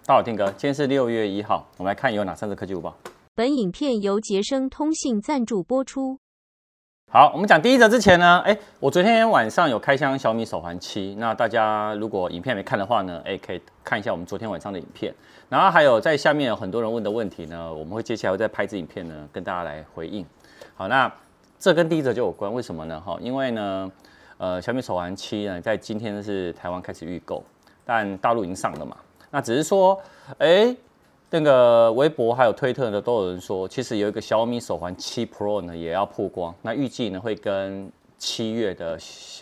大家好，天哥，今天是6月1号，我们来看有哪3则科技午报。 本影片由杰生通信赞助播出。 好，我们讲第一则之前呢，我昨天晚上有开箱小米手环7，那大家如果影片没看的话呢，可以看一下我们昨天晚上的影片。然后还有在下面有很多人问的问题呢，我们会接下来会再拍支影片呢，跟大家来回应。好，那这跟第一则就有关，为什么呢？因为呢，小米手环7呢，在今天是台湾开始预购，但大陆已经上了嘛。那只是说，那个微博还有推特呢，都有人说，其实有一个小米手环7 Pro 呢也要曝光。那预计呢会跟7月的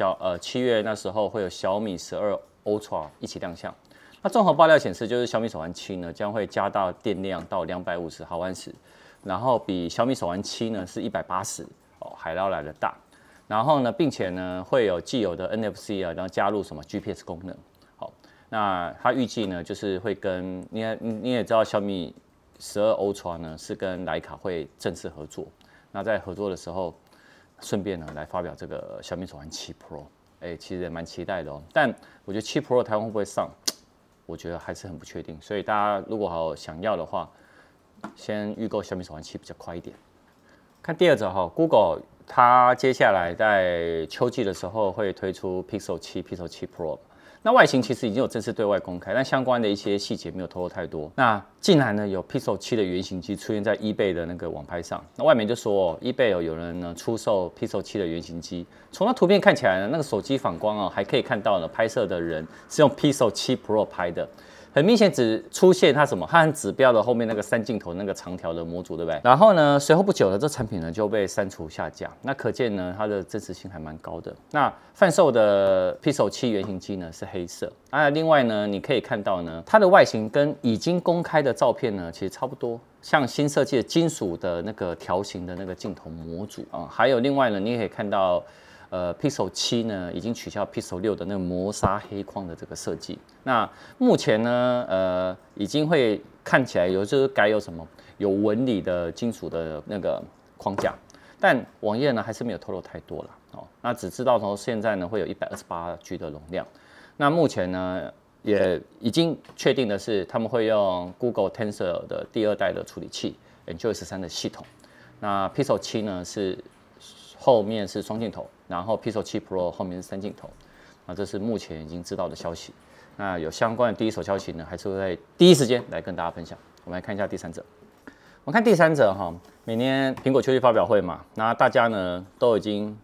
7月那时候会有小米12 Ultra 一起亮相。那综合爆料显示，就是小米手环7呢将会加大电量到250毫安时，然后比小米手环7呢是180还要来得大。然后呢，并且呢会有既有的 NFC 然后加入什么 GPS 功能。那它预计呢，就是会跟你也知道，小米12 Ultra 呢是跟徕卡会正式合作。那在合作的时候，顺便呢来发表这个小米手环7 Pro，其实也蛮期待的哦。但我觉得7 Pro 台湾会不会上，我觉得还是很不确定。所以大家如果想要的话，先预购小米手环7比较快一点。看第二则Google 它接下来在秋季的时候会推出 Pixel 7 Pro。那外形其实已经有正式对外公开，但相关的一些细节没有透露太多。那竟然呢有 Pixel 7的原型机出现在 eBay 的那个网拍上，那外媒就说eBay 有人呢出售 Pixel 7的原型机，从那图片看起来呢，那个手机反光还可以看到呢拍摄的人是用 Pixel 7 Pro 拍的。很明显只出现它和指标的后面那个3镜头那个长条的模组，对不对？然后呢，随后不久呢，这产品呢就被删除下架。那可见呢，它的真实性还蛮高的。那贩售的 Pixel 7原型机呢是黑色。另外呢，你可以看到呢，它的外形跟已经公开的照片呢其实差不多，像新设计的金属的那个条形的那个镜头模组还有另外呢，你也可以看到。Pixel 7呢已经取消 Pixel 6的那个磨砂黑框的这个设计。那目前呢，已经会看起来就是改有什么有纹理的金属的那个框架，但网页呢还是没有透露太多了那只知道说现在呢会有128G 的容量。那目前呢也已经确定的是，他们会用 Google Tensor 的第2代的处理器 Android 13的系统。那 Pixel 7呢是后面是双镜头，然后 Pixel 7 Pro 后面是3镜头，这是目前已经知道的消息。那有相关的第一手消息呢，还是会在第一时间来跟大家分享。我们来看一下第3则。我们看第3则每年苹果秋季发表会嘛，那大家呢都已经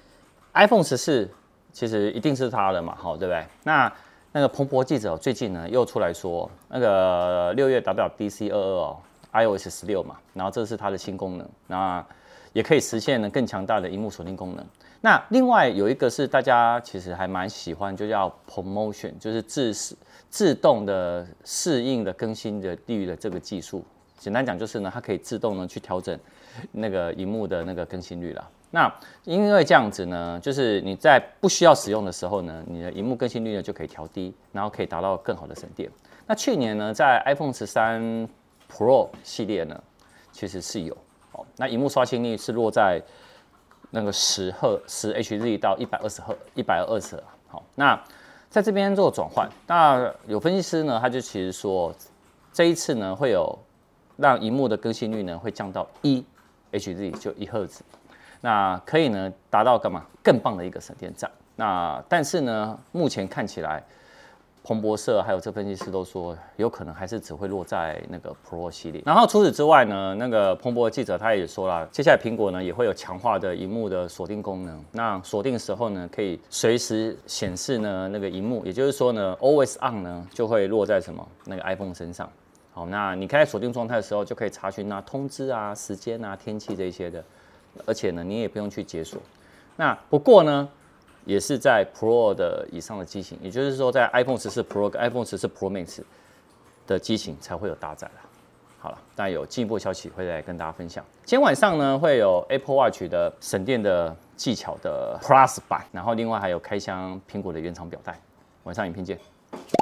iPhone 14其实一定是它的嘛，对不对？那个彭博记者最近呢又出来说，那个6月 WWDC 22iOS 16嘛，然后这是它的新功能，那也可以实现呢更强大的萤幕锁定功能。那另外有一个是大家其实还蛮喜欢，就叫 Promotion， 就是自动的适应的更新的地域的这个技术。简单讲就是呢，它可以自动呢去调整那个萤幕的那个更新率啦。那因为这样子呢，就是你在不需要使用的时候呢，你的萤幕更新率呢就可以调低，然后可以达到更好的省电。那去年呢，在 iPhone 13 Pro 系列呢，其实是有。那萤幕刷新率是落在那个10 Hz 到120赫。好，那在这边做转换，那有分析师呢，他就其实说这一次呢会有让萤幕的更新率呢会降到1 Hz， 就1赫兹，那可以呢达到更棒的一个省电站。那但是呢，目前看起来。彭博社还有这分析师都说，有可能还是只会落在那个 Pro 系列。然后除此之外呢，那个彭博的记者他也说了，接下来苹果呢也会有强化的萤幕的锁定功能。那锁定的时候呢，可以随时显示呢那个萤幕，也就是说呢 ，Always On 呢就会落在什么那个 iPhone 身上。好，那你开在锁定状态的时候，就可以查询通知时间天气这些的，而且呢你也不用去解锁。那不过呢。也是在 Pro 的以上的机型，也就是说，在 iPhone 14 Pro 跟 iPhone 14 Pro Max 的机型才会有搭载啦。好了，但有进一步消息会来跟大家分享。今天晚上呢，会有 Apple Watch 的省电的技巧的 Plus 版，然后另外还有开箱苹果的原厂表带。晚上影片见。